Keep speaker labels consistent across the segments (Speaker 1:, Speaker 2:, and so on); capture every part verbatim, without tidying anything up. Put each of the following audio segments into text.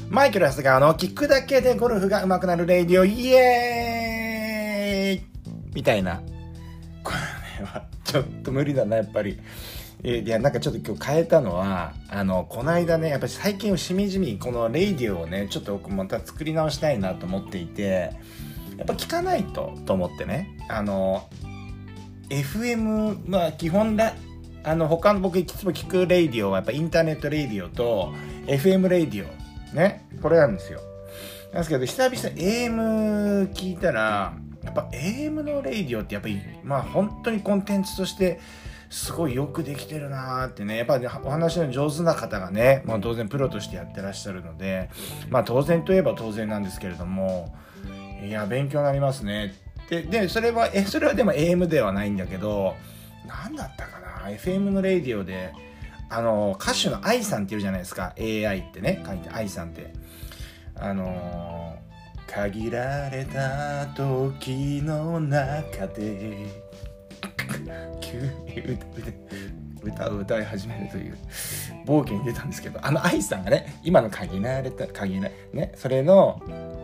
Speaker 1: マイケル・ハスガーの聞くだけでゴルフが上手くなるレイディオイエーイみたいな。これはちょっと無理だなやっぱり。いやなんかちょっと今日変えたのはあのこの間ねやっぱり最近しみじみこのレイディオをねちょっと僕また作り直したいなと思っていて、やっぱ聞かないとと思ってね、あの エフエム まあ基本だあの他の僕いつも聞くレイディオはやっぱインターネットレイディオと エフエム レイディオね、これなんですよ。なんですけど久々 エーエム 聞いたらやっぱ エーエム のレイディオってやっぱりまあ本当にコンテンツとしてすごいよくできてるなーってね、やっぱり、ね、お話の上手な方がね、まあ、当然プロとしてやってらっしゃるので、まあ当然といえば当然なんですけれども、いや勉強になりますね。で、でそれはえそれはでも エーエム ではないんだけど、なんだったかな エフエム のレイディオであの歌手の愛さんっているじゃないですか。 エーアイ ってね書いて愛さんってあのー、限られた時の中で急に歌を歌い始めるという冒険に出たんですけど、あの愛さんがね今の限られた限らねそれの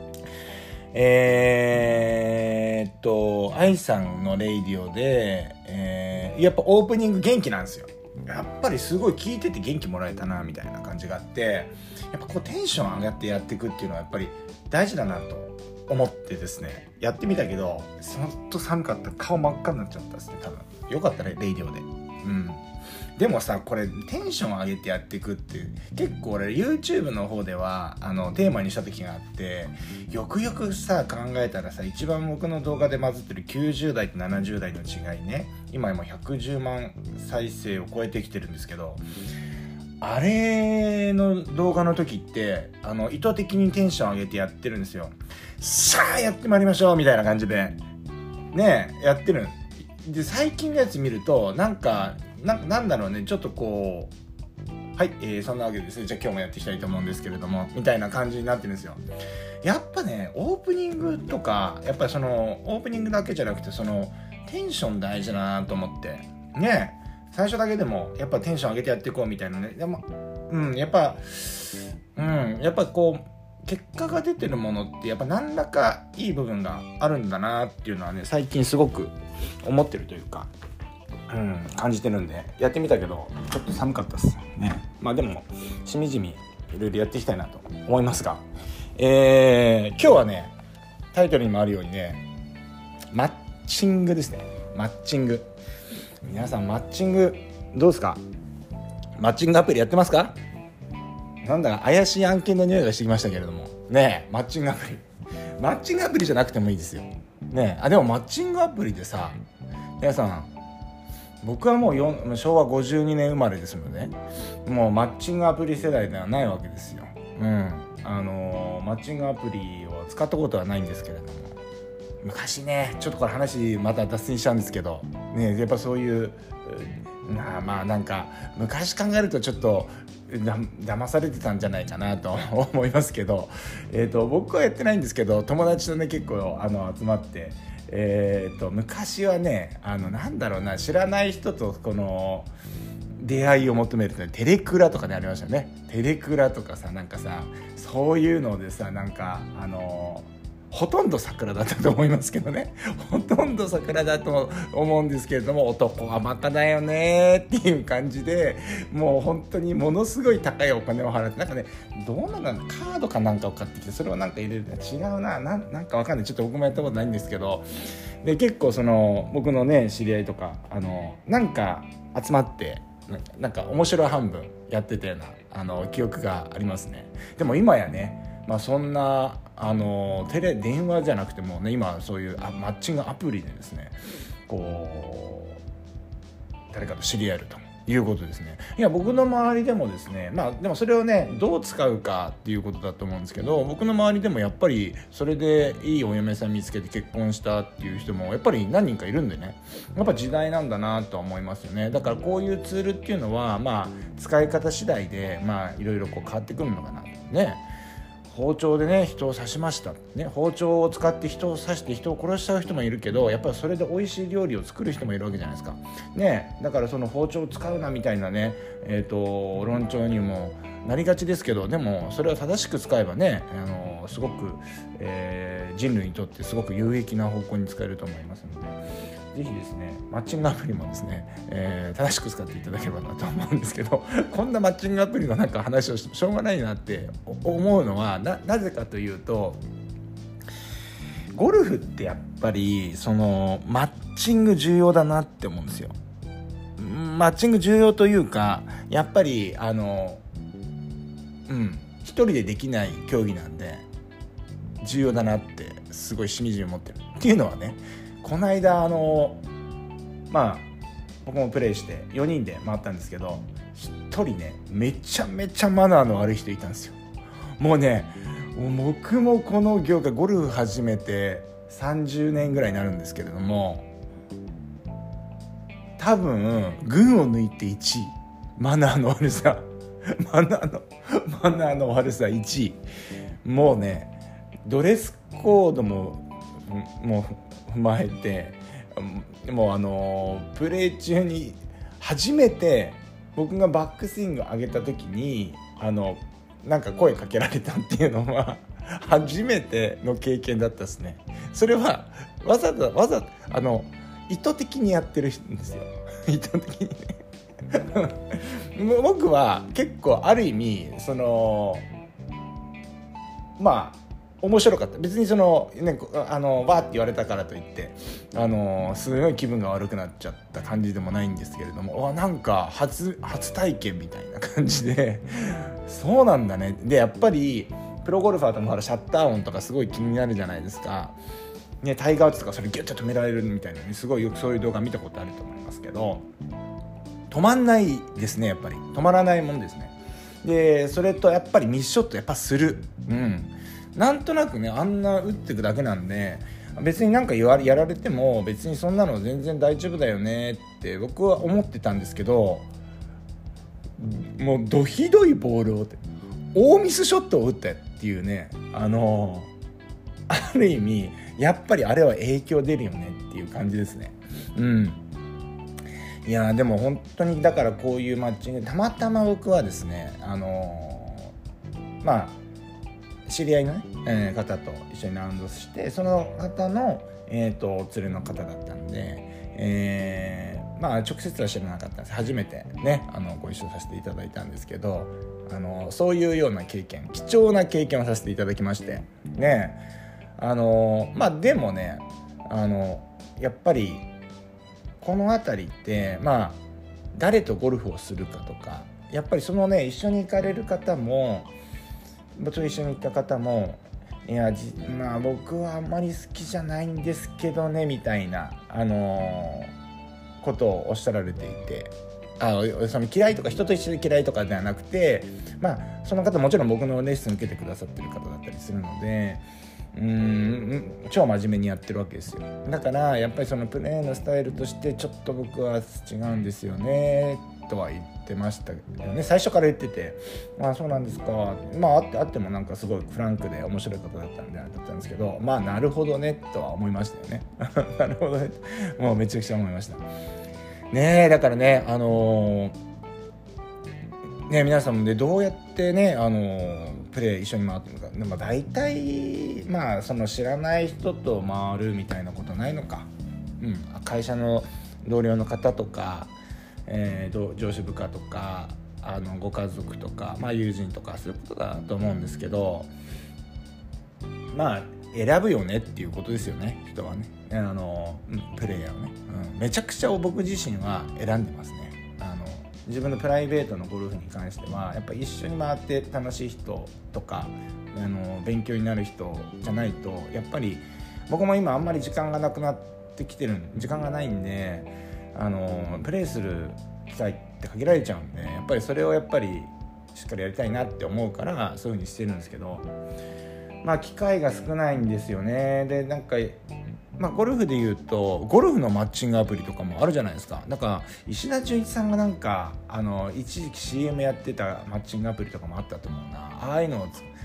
Speaker 1: えー、っと愛さんのレイディオで、えー、やっぱオープニング元気なんですよ。やっぱりすごい聞いてて元気もらえたなみたいな感じがあって、やっぱこうテンション上がってやっていくっていうのはやっぱり大事だなと思ってですねやってみたけど、ほんと寒かった。顔真っ赤になっちゃったですね。多分よかったねレイディオで。うんでもさこれテンション上げてやっていくって結構俺 YouTube の方ではあのテーマにした時があって、よくよくさ考えたらさ一番僕の動画でバズってるきゅうじゅう代とななじゅう代の違いね、今今ひゃくじゅうまん再生を超えてきてるんですけど、あれの動画の時ってあの意図的にテンション上げてやってるんですよ。さあやってまいりましょうみたいな感じでねやってるで、最近のやつ見るとなんか な, なんだろうねちょっとこうはい、えー、そんなわけでですねじゃあ今日もやっていきたいと思うんですけれどもみたいな感じになってるんですよ。やっぱねオープニングとかやっぱりそのオープニングだけじゃなくてそのテンション大事だなと思ってね、最初だけでもやっぱテンション上げてやっていこうみたいなね。でもうんやっぱうんやっぱこう結果が出てるものってやっぱ何らかいい部分があるんだなっていうのはね最近すごく思ってるというか、うん、感じてるんでやってみたけどちょっと寒かったですね。まあでもしみじみいろいろやっていきたいなと思いますが、えー、今日はねタイトルにもあるようにねマッチングですね。マッチング、皆さんマッチングどうですか？マッチングアプリやってますか？なんだか怪しい案件の匂いがしてきましたけれどもねえ、マッチングアプリマッチングアプリじゃなくてもいいですよねえ。あでもマッチングアプリでさ、皆さん僕はもうよんしょうわごじゅうにねん生まれですので、ね、もうマッチングアプリ世代ではないわけですよ。うんあのー、マッチングアプリを使ったことはないんですけれども、昔ねちょっとこれ話また脱線しちゃうんですけどね、やっぱそういうなまあなんか昔考えるとちょっとだ騙されてたんじゃないかなと思いますけど、えーと僕はやってないんですけど友達とね結構あの集まってえーと昔はねあのなんだろうな知らない人とこの出会いを求めるとねテレクラとかでありましたね。テレクラとかさなんかさそういうのでさなんかあのほとんど桜だったと思いますけどねほとんど桜だと思うんですけれども、男はバカだよねっていう感じでもう本当にものすごい高いお金を払ってなんかねどうなんだろうカードかなんかを買ってきてそれをなんか入れる違うなな ん, なんかわかんないちょっと僕もやったことないんですけど、で結構その僕のね知り合いとかあのなんか集まってなんか、なんか面白半分やってたようなあの記憶がありますね。でも今やねまあそんなあのテレ電話じゃなくてもね今そういうあマッチングアプリでですねこう誰かと知り合えるということですね。いや僕の周りでもですねまあでもそれをねどう使うかっていうことだと思うんですけど、僕の周りでもやっぱりそれでいいお嫁さん見つけて結婚したっていう人もやっぱり何人かいるんでね、やっぱ時代なんだなとは思いますよね。だからこういうツールっていうのはまあ使い方次第でまあいろいろこう変わってくるのかなね。 包丁でね人を刺しました、ね、包丁を使って人を刺して人を殺しちゃう人もいるけど、やっぱりそれで美味しい料理を作る人もいるわけじゃないですか、ね、だからその包丁を使うなみたいなね、えーと論調にもなりがちですけど、でもそれは正しく使えばね、あのすごく、えー、人類にとってすごく有益な方向に使えると思いますので、ぜひですねマッチングアプリもですね、えー、正しく使っていただければなと思うんですけど、こんなマッチングアプリのなんか話をししょうがないなって思うのは な, なぜかというと、ゴルフってやっぱりそのマッチング重要だなって思うんですよ。マッチング重要というか、やっぱりあのうん一人でできない競技なんで重要だなってすごいしみじみ思ってる。っていうのはね、この間あのまあ僕もプレイしてよにんで回ったんですけど、ひとりねめちゃめちゃマナーの悪い人いたんですよ。もうね僕もこの業界ゴルフ始めてさんじゅうねんぐらいになるんですけれども、多分群を抜いていちい、マナーの悪さマナーのマナーの悪さいちい。もうねドレスコードももう踏まえて、もうあのプレー中に初めて僕がバックスイング上げた時にあのなんか声かけられたっていうのは初めての経験だったですね。それはわざわざあの意図的にやってるんですよ。意図的にね僕は結構ある意味そのまあ面白かった。別にそのねあのわーって言われたからといってあのすごい気分が悪くなっちゃった感じでもないんですけれども、なんか初初体験みたいな感じでそうなんだね。でやっぱりプロゴルファーともシャッター音とかすごい気になるじゃないですか。ね、タイガー・ウッズとかそれギュッと止められるみたいな、ね、すごいよくそういう動画見たことあると思いますけど、止まんないですね。やっぱり止まらないもんですね。でそれとやっぱりミスショットやっぱする、うん、なんとなくねあんな打っていくだけなんで別になんかやられても別にそんなの全然大丈夫だよねって僕は思ってたんですけど、もうどひどいボールをって大ミスショットを打ったっていうね、あのある意味やっぱりあれは影響出るよねっていう感じですね。うん。いやでも本当にだからこういうマッチングたまたま僕はですねあのー、まあ知り合いの、ねえー、方と一緒にラウンドして、その方の、えー、と連れの方だったんで、えー、まあ直接は知らなかったんです。初めてねあのご一緒させていただいたんですけど、あのそういうような経験、貴重な経験をさせていただきましてね、あのまあでもねあのやっぱりこの辺りってまあ誰とゴルフをするかとか、やっぱりそのね一緒に行かれる方も僕と一緒に行った方もいやじまあ僕はあんまり好きじゃないんですけどねみたいなあのー、ことをおっしゃられていて、あその嫌いとか人と一緒で嫌いとかではなくて、まあその方もちろん僕のレッスン受けてくださってる方だったりするので、うーん超真面目にやってるわけですよ。だからやっぱりそのプレーのスタイルとしてちょっと僕は違うんですよねとは言ってましたよね。最初から言ってて、ああそうなんですか、まああってあってもなんかすごいフランクで面白い方だったんでだったんですけど、まあなるほどねとは思いましたよねなるほどねもうめちゃくちゃ思いましたね。えだからねあのー、ね皆さんもねどうやってねあのープレー一緒に回ってるのか、まあ、大体まあその知らない人と回るみたいなことないのか、うん、会社の同僚の方とか、えー、上司部下とかあのご家族とか、まあ、友人とかそういうことだと思うんですけど、まあ選ぶよねっていうことですよね。人はねあのプレイヤーをね、うん、めちゃくちゃ僕自身は選んでますね。自分のプライベートのゴルフに関してはやっぱり一緒に回って楽しい人とかあの勉強になる人じゃないと、やっぱり僕も今あんまり時間がなくなってきてる時間がないんであのプレーする機会って限られちゃうんで、やっぱりそれをやっぱりしっかりやりたいなって思うからそういう風にしてるんですけど、まあ機会が少ないんですよね。でなんかまあ、ゴルフでいうとゴルフのマッチングアプリとかもあるじゃないですか。だから石田純一さんがなんかあの一時期 シーエム やってたマッチングアプリとかもあったと思うな。ああいうのを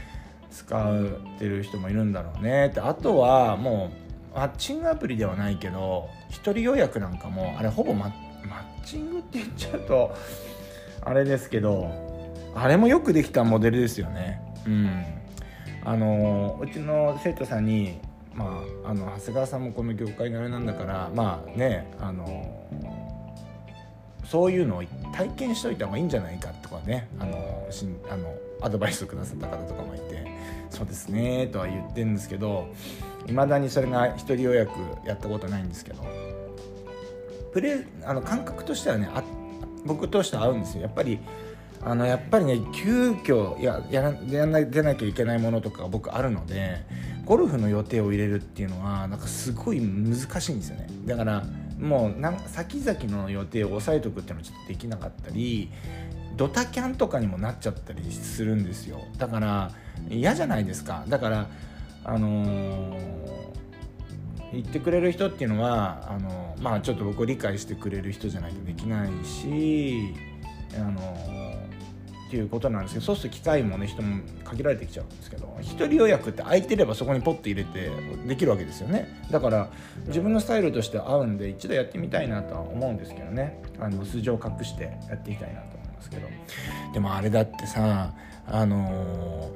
Speaker 1: 使ってる人もいるんだろうねって。あとはもうマッチングアプリではないけど一人予約なんかもあれほぼマッ、マッチングって言っちゃうとあれですけど、あれもよくできたモデルですよね。うんあのうちの生徒さんに、まあ、あの長谷川さんもこの業界のあれなんだからまあねあのそういうのを体験しといた方がいいんじゃないかとかねあのしあのアドバイスをくださった方とかもいて、そうですねとは言ってるんですけど、いまだにそれが一人予約やったことないんですけど、プレあの感覚としてはねあ僕としては合うんですよ。やっぱりあのやっぱりね急遽ややらやら出なきゃいけないものとかが僕あるので、ゴルフの予定を入れるっていうのはなんかすごい難しいんですよね。だからもうなん先々の予定を抑えておくっていうのはちょっとできなかったり、ドタキャンとかにもなっちゃったりするんですよ。だから嫌じゃないですか。だからあのー、言ってくれる人っていうのはあのー、まあちょっと僕を理解してくれる人じゃないとできないし、あのー、っていうことなんですけど、そうすると機会もね人も限られてきちゃうんですけど、一人予約って空いてればそこにポッと入れてできるわけですよね。だから自分のスタイルとして合うんで一度やってみたいなとは思うんですけどね。あの素性を隠してやっていきたいなと思いますけど、でもあれだってさあの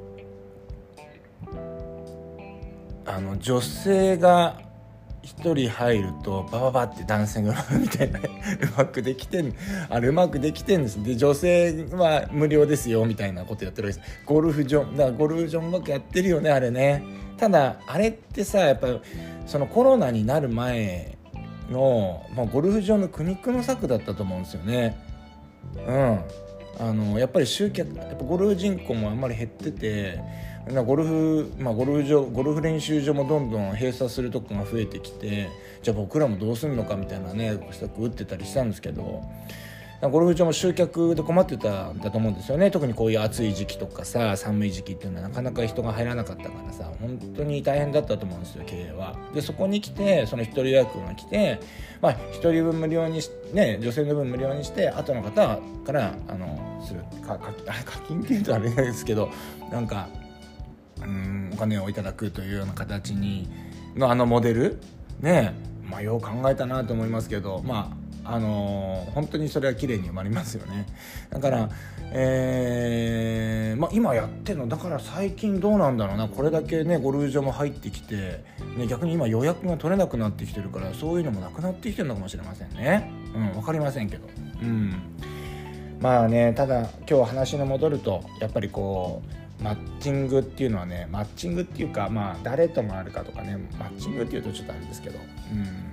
Speaker 1: ー、あの女性が一人入るとバババって男性がみたいなうまくできてんあれうまくできてんです。で女性は無料ですよみたいなことやってるわけです。ゴルフ場だからゴルフ場うまくやってるよねあれね。ただあれってさやっぱそのコロナになる前の、まあ、ゴルフ場の苦肉の策だったと思うんですよね。うんあのやっぱり集客やっぱゴルフ人口もあんまり減ってて、ゴルフ、まあ、ゴルフ場ゴルフ練習場もどんどん閉鎖するとこが増えてきて、じゃあ僕らもどうするのかみたいなね施策打ってたりしたんですけど、ゴルフ場も集客で困ってたんだと思うんですよね。特にこういう暑い時期とかさ寒い時期っていうのはなかなか人が入らなかったからさ本当に大変だったと思うんですよ経営は。でそこに来てその一人予約が来て、まあ一人分無料にしね女性の分無料にして後の方からあのするかか課金っていうとあれですけどなんかうーんお金をいただくというような形にのあのモデルね、まあよう考えたなと思いますけど、まああのー、本当にそれは綺麗に埋まりますよね。だから、えーまあ、今やってるのだから最近どうなんだろうな、これだけねゴルフ場も入ってきて、ね、逆に今予約が取れなくなってきてるからそういうのもなくなってきてるのかもしれませんね。うん、分かりませんけど、うん、まあねただ今日話に戻るとやっぱりこうマッチングっていうのはねマッチングっていうかまあ誰ともあるかとかねマッチングっていうとちょっとあれですけど、うん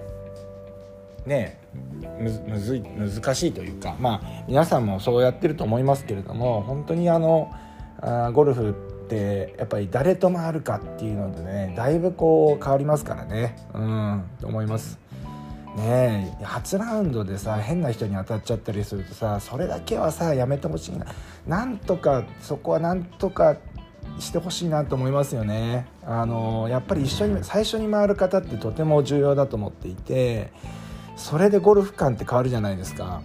Speaker 1: ね、むむずい難しいというか、まあ皆さんもそうやってると思いますけれども、本当にあのあゴルフってやっぱり誰ともあるかっていうのでねだいぶこう変わりますからね、うんと思いますね。え初ラウンドでさ変な人に当たっちゃったりするとさそれだけはさやめてほしいな、なんとかそこはなんとかしてほしいなと思いますよね。あのやっぱり一緒に最初に回る方ってとても重要だと思っていて、それでゴルフ感って変わるじゃないですか。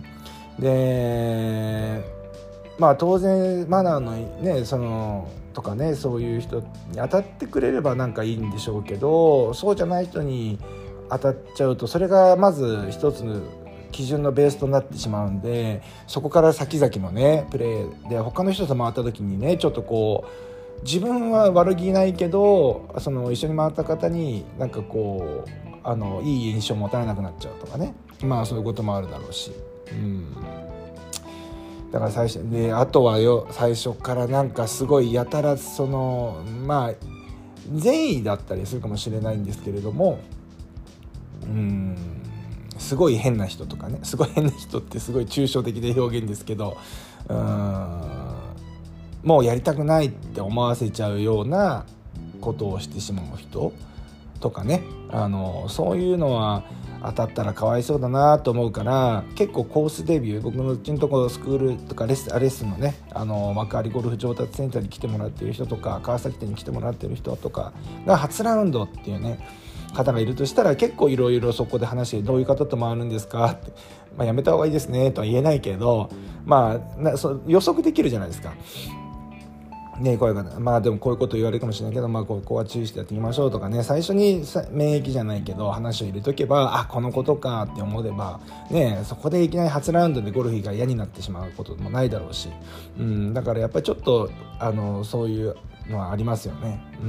Speaker 1: でまあ当然マナーのねそのとかねそういう人に当たってくれればなんかいいんでしょうけど、そうじゃない人に当たっちゃうとそれがまず一つの基準のベースとなってしまうんで、そこから先々のねプレーで他の人と回った時にねちょっとこう自分は悪気ないけどその一緒に回った方になんかこうあのいい印象を持たれなくなっちゃうとかね、まあそういうこともあるだろうし、うん、だから最初であとはよ最初からなんかすごいやたらそのまあ善意だったりするかもしれないんですけれども、うんすごい変な人とかねすごい変な人ってすごい抽象的で表現ですけど、うんもうやりたくないって思わせちゃうようなことをしてしまう人とかね、あのそういうのは当たったらかわいそうだなと思うから、結構コースデビュー僕のうちのところスクールとかレッスン、レッスンのねあの幕張ゴルフ上達センターに来てもらっている人とか川崎店に来てもらっている人とかが初ラウンドっていうね方がいるとしたら結構いろいろそこで話してどういう方と回るんですかって、まあ、やめた方がいいですねとは言えないけど、まあなそ予測できるじゃないですか。 ね、こういう方まあでもこういうこと言われるかもしれないけど、まあ、ここは注意してやっていきましょうとかね、最初にさ免疫じゃないけど話を入れとけば、あこのことかって思えば、ね、そこでいきなり初ラウンドでゴルフが嫌になってしまうこともないだろうし、うん、だからやっぱりちょっとあのそういうのはありますよね。うん、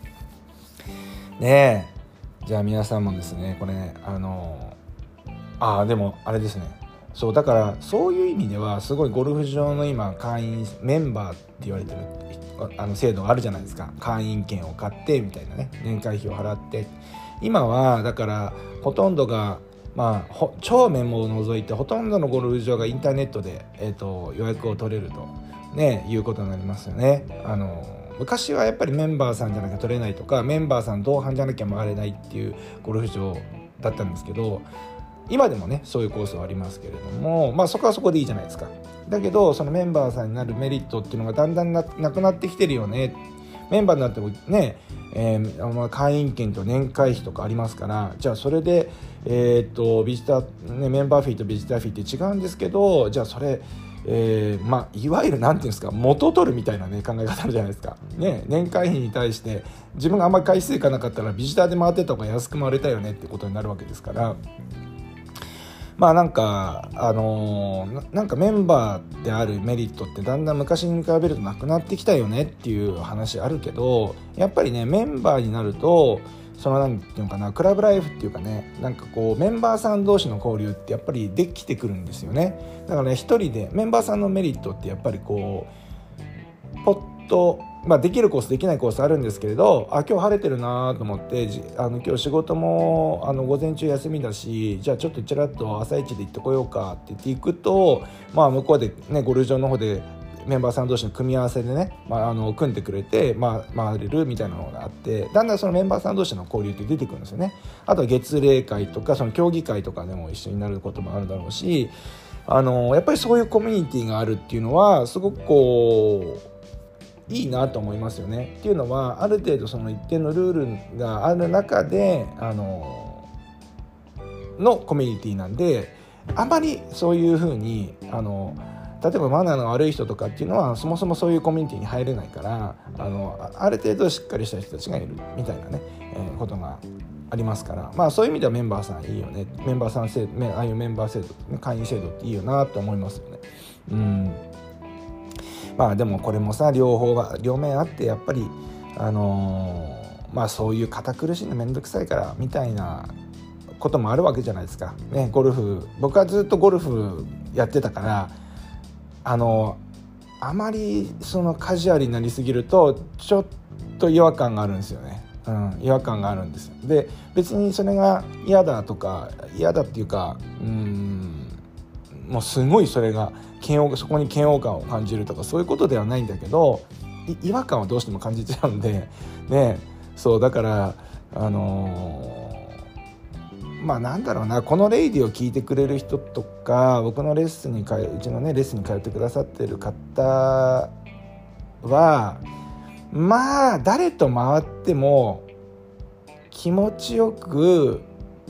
Speaker 1: ねえ、じゃあ皆さんもですね、これあのあでもあれですね、そうだからそういう意味ではすごいゴルフ場の今会員メンバーって言われてるあの制度があるじゃないですか。会員権を買ってみたいなね、年会費を払って、今はだからほとんどがまあ超名門を除いてほとんどのゴルフ場がインターネットで、えーと、予約を取れると、ね、いうことになりますよね。あの昔はやっぱりメンバーさんじゃなきゃ取れないとか、メンバーさん同伴じゃなきゃ回れないっていうゴルフ場だったんですけど、今でもねそういうコースはありますけれども、まあそこはそこでいいじゃないですか。だけどそのメンバーさんになるメリットっていうのがだんだん な, なくなってきてるよね。メンバーになってもね、えー、会員権と年会費とかありますから、じゃあそれで、えー、っとビジター、ね、メンバーフィーとビジターフィーって違うんですけど、じゃあそれえー、まあいわゆるなんていうんですか、元を取るみたいな、ね、考え方あるじゃないですか、ね、年会費に対して自分があんまり回数いかなかったらビジターで回ってた方が安く回れたよねってことになるわけですから、まあなんかあのー、なんかメンバーであるメリットってだんだん昔に比べるとなくなってきたよねっていう話あるけど、やっぱりねメンバーになるとそのなんていうのかな、クラブライフっていうかね、なんかこうメンバーさん同士の交流ってやっぱりできてくるんですよね。だからね、一人でメンバーさんのメリットってやっぱりこうポッと、まあ、できるコースできないコースあるんですけれど、あ今日晴れてるなと思って、あの今日仕事もあの午前中休みだし、じゃあちょっとちらっと朝一で行ってこようかって言って行くと、まあ向こうでねゴルフ場の方でメンバーさん同士の組み合わせでね、まあ、あの組んでくれて、まあ、回れるみたいなのがあって、だんだんそのメンバーさん同士の交流って出てくるんですよね。あとは月例会とかその競技会とかでも一緒になることもあるだろうし、あのやっぱりそういうコミュニティがあるっていうのはすごくこういいなと思いますよね。っていうのはある程度その一定のルールがある中であののコミュニティなんで、あまりそういうふうにあの例えばマナーの悪い人とかっていうのはそもそもそういうコミュニティに入れないから、あのある程度しっかりした人たちがいるみたいなね、えー、ことがありますから、まあそういう意味ではメンバーさんいいよね、メンバーさん制度、ああいうメンバー制度、会員制度っていいよなと思いますよね。うん、まあでもこれもさ両方が両面あって、やっぱりあのー、まあそういう堅苦しいのめんどくさいからみたいなこともあるわけじゃないですかね。ゴルフ、僕はずっとゴルフやってたから、あのあまりそのカジュアルになりすぎるとちょっと違和感があるんですよね。うん、違和感があるんですよ。で別にそれが嫌だとか嫌だっていうか、うーんもうすごいそれが嫌悪そこに嫌悪感を感じるとかそういうことではないんだけど、違和感はどうしても感じちゃうんでね。そうだからあのーまあなんだろうな、このレイディを聞いてくれる人とか、僕のレッスンに通うちのねレッスンに通ってくださってる方は、まあ誰と回っても気持ちよく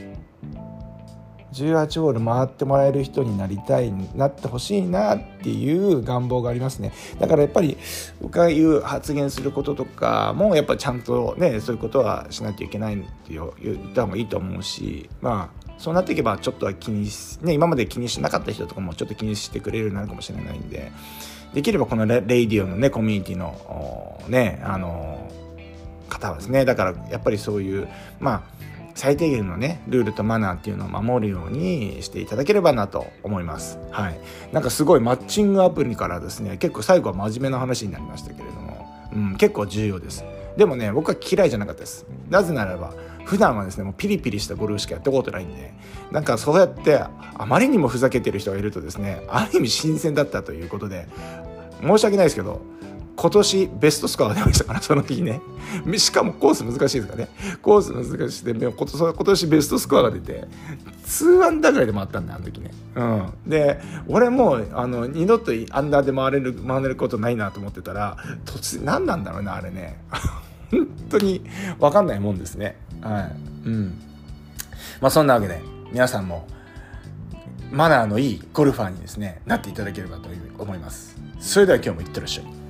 Speaker 1: じゅうはちホール回ってもらえる人になりたい、なってほしいなっていう願望がありますね。だからやっぱり僕が言う発言することとかもやっぱちゃんとねそういうことはしなきゃいけないって言った方がいいと思うし、まあそうなっていけばちょっとは気にし、ね、今まで気にしなかった人とかもちょっと気にしてくれるようになるかもしれないんで、できればこのレイディオのねコミュニティのねあの方はですね、だからやっぱりそういうまあ最低限のねルールとマナーっていうのを守るようにしていただければなと思います。はい。なんかすごいマッチングアプリからですね、結構最後は真面目な話になりましたけれども、うん、結構重要です。でもね僕は嫌いじゃなかったです。なぜならば普段はですねもうピリピリしたゴルフしかやったことないんで、なんかそうやってあまりにもふざけてる人がいるとですね、ある意味新鮮だったということで申し訳ないですけど、今年ベストスコアが出ましたから、その日ね。しかもコース難しいですからね。コース難しいで今年ベストスコアが出てにアンダーぐらいで回ったんだあの時ね。うん。で俺もうあの二度とアンダーで回れる回れることないなと思ってたら、突然何なんだろうなあれね。本当に分かんないもんですね。はい。うん。まあそんなわけで皆さんもマナーのいいゴルファーにですねなっていただければと思います。それでは今日もいってらっしゃい。